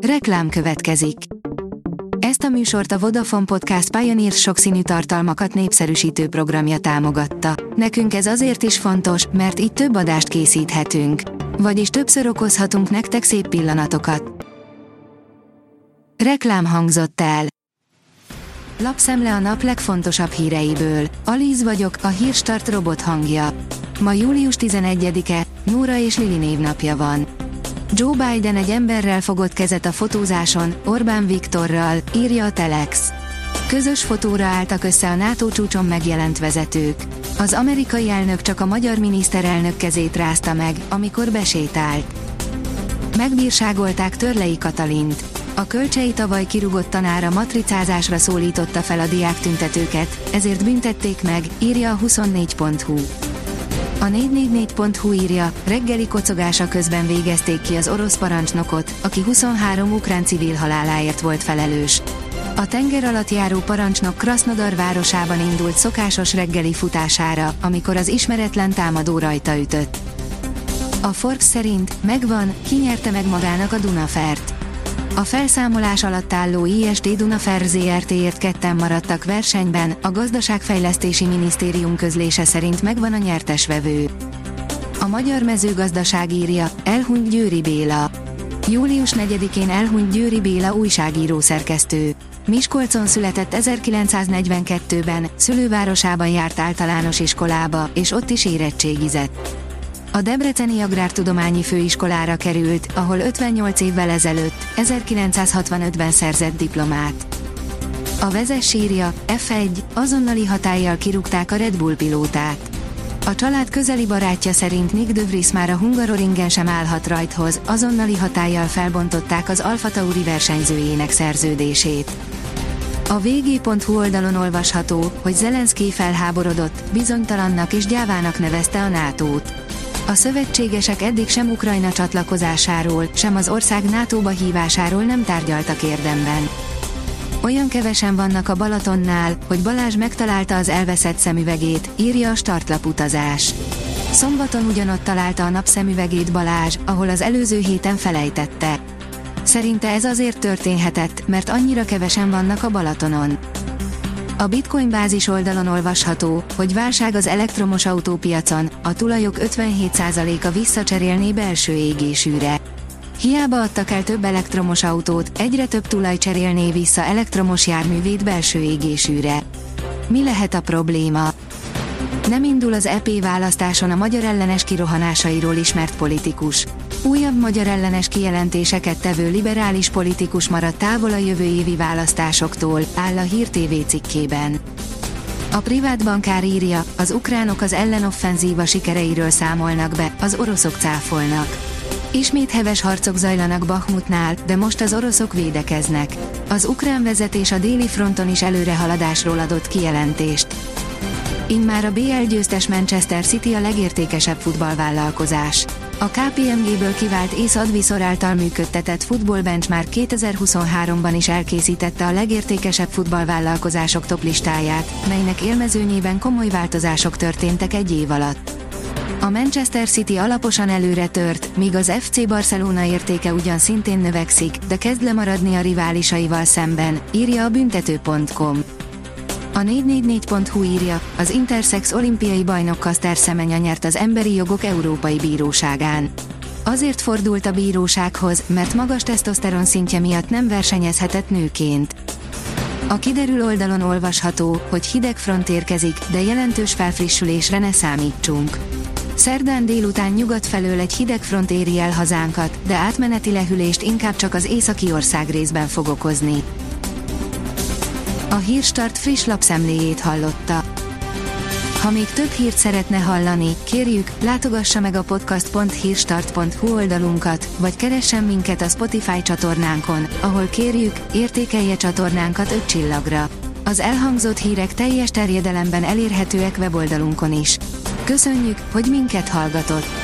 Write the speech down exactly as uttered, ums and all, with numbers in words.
Reklám következik. Ezt a műsort a Vodafone Podcast Pioneer sokszínű tartalmakat népszerűsítő programja támogatta. Nekünk ez azért is fontos, mert így több adást készíthetünk. Vagyis többször okozhatunk nektek szép pillanatokat. Reklám hangzott el. Lapszemle a nap legfontosabb híreiből. Alíz vagyok, a Hírstart robot hangja. Ma július tizenegyedike, Nóra és Lili névnapja van. Joe Biden egy emberrel fogott kezet a fotózáson, Orbán Viktorral, írja a Telex. Közös fotóra álltak össze a NATO csúcson megjelent vezetők. Az amerikai elnök csak a magyar miniszterelnök kezét rázta meg, amikor besétált. Megbírságolták Törlei Katalint. A Kölcsei tavaly kirúgott tanára matricázásra szólította fel a diáktüntetőket, ezért büntették meg, írja a huszonnégy pont hu. A négy négy négy pont hu írja, reggeli kocogása közben végezték ki az orosz parancsnokot, aki huszonhárom ukrán civil haláláért volt felelős. A tenger alatt járó parancsnok Krasznodar városában indult szokásos reggeli futására, amikor az ismeretlen támadó rajta ütött. A Forbes szerint megvan, ki nyerte meg magának a Dunafert. A felszámolás alatt álló i es té Dunafer zé er té-ért ketten maradtak versenyben, a Gazdaságfejlesztési Minisztérium közlése szerint megvan a nyertesvevő. A Magyar Mezőgazdaság írja, elhunyt Győri Béla. július negyedikén elhunyt Győri Béla újságíró szerkesztő. Miskolcon született ezerkilencszáznegyvenkettőben, szülővárosában járt általános iskolába, és ott is érettségizett. A Debreceni Agrártudományi Főiskolára került, ahol ötvennyolc évvel ezelőtt, ezerkilencszázhatvanötben szerzett diplomát. A Vezess írja, ef egy, azonnali hatállyal kirúgták a Red Bull pilótát. A család közeli barátja szerint Nick de Vries már a Hungaroringen sem állhat rajthoz, azonnali hatállyal felbontották az Alfa Tauri versenyzőjének szerződését. A vé gé pont hu oldalon olvasható, hogy Zelenszkij felháborodott, bizonytalannak és gyávának nevezte a nátót. A szövetségesek eddig sem Ukrajna csatlakozásáról, sem az ország nátóba hívásáról nem tárgyaltak érdemben. Olyan kevesen vannak a Balatonnál, hogy Balázs megtalálta az elveszett szemüvegét, írja a Startlap utazás. Szombaton ugyanott találta a napszemüvegét Balázs, ahol az előző héten felejtette. Szerinte ez azért történhetett, mert annyira kevesen vannak a Balatonon. A Bitcoin bázis oldalon olvasható, hogy válság az elektromos autópiacon, a tulajok ötvenhét százaléka visszacserélné belső égésűre. Hiába adtak el több elektromos autót, egyre több tulaj cserélné vissza elektromos járművét belső égésűre. Mi lehet a probléma? Nem indul az é pé választáson a magyar ellenes kirohanásairól ismert politikus. Újabb magyar ellenes kijelentéseket tevő liberális politikus maradt távol a jövő évi választásoktól, áll a Hír té vé cikkében. A privát bankár írja, az ukránok az ellenoffenzíva sikereiről számolnak be, az oroszok cáfolnak. Ismét heves harcok zajlanak Bahmutnál, de most az oroszok védekeznek. Az ukrán vezetés a déli fronton is előrehaladásról adott kijelentést. Immár a bé el győztes Manchester City a legértékesebb futballvállalkozás. A ká pé em géből kivált Ace Advisor által működtetett Football Benchmark kétezer-huszonháromban is elkészítette a legértékesebb futballvállalkozások toplistáját, melynek élmezőnyében komoly változások történtek egy év alatt. A Manchester City alaposan előre tört, míg az ef cé Barcelona értéke ugyan szintén növekszik, de kezd lemaradni a riválisaival szemben, írja a büntető pont com. A négy négy négy pont hu írja, az Intersex olimpiai bajnok Kaszter Szemenya nyert az Emberi Jogok Európai Bíróságán. Azért fordult a bírósághoz, mert magas tesztoszteron szintje miatt nem versenyezhetett nőként. A Kiderül oldalon olvasható, hogy hideg front érkezik, de jelentős felfrissülésre ne számítsunk. Szerdán délután nyugat felől egy hideg front éri el hazánkat, de átmeneti lehűlést inkább csak az északi országrészben fog okozni. A Hírstart friss lapszemléjét hallotta. Ha még több hírt szeretne hallani, kérjük, látogassa meg a podcast pont hírstart pont hu oldalunkat, vagy keressen minket a Spotify csatornánkon, ahol kérjük, értékelje csatornánkat öt csillagra. Az elhangzott hírek teljes terjedelemben elérhetőek weboldalunkon is. Köszönjük, hogy minket hallgatott!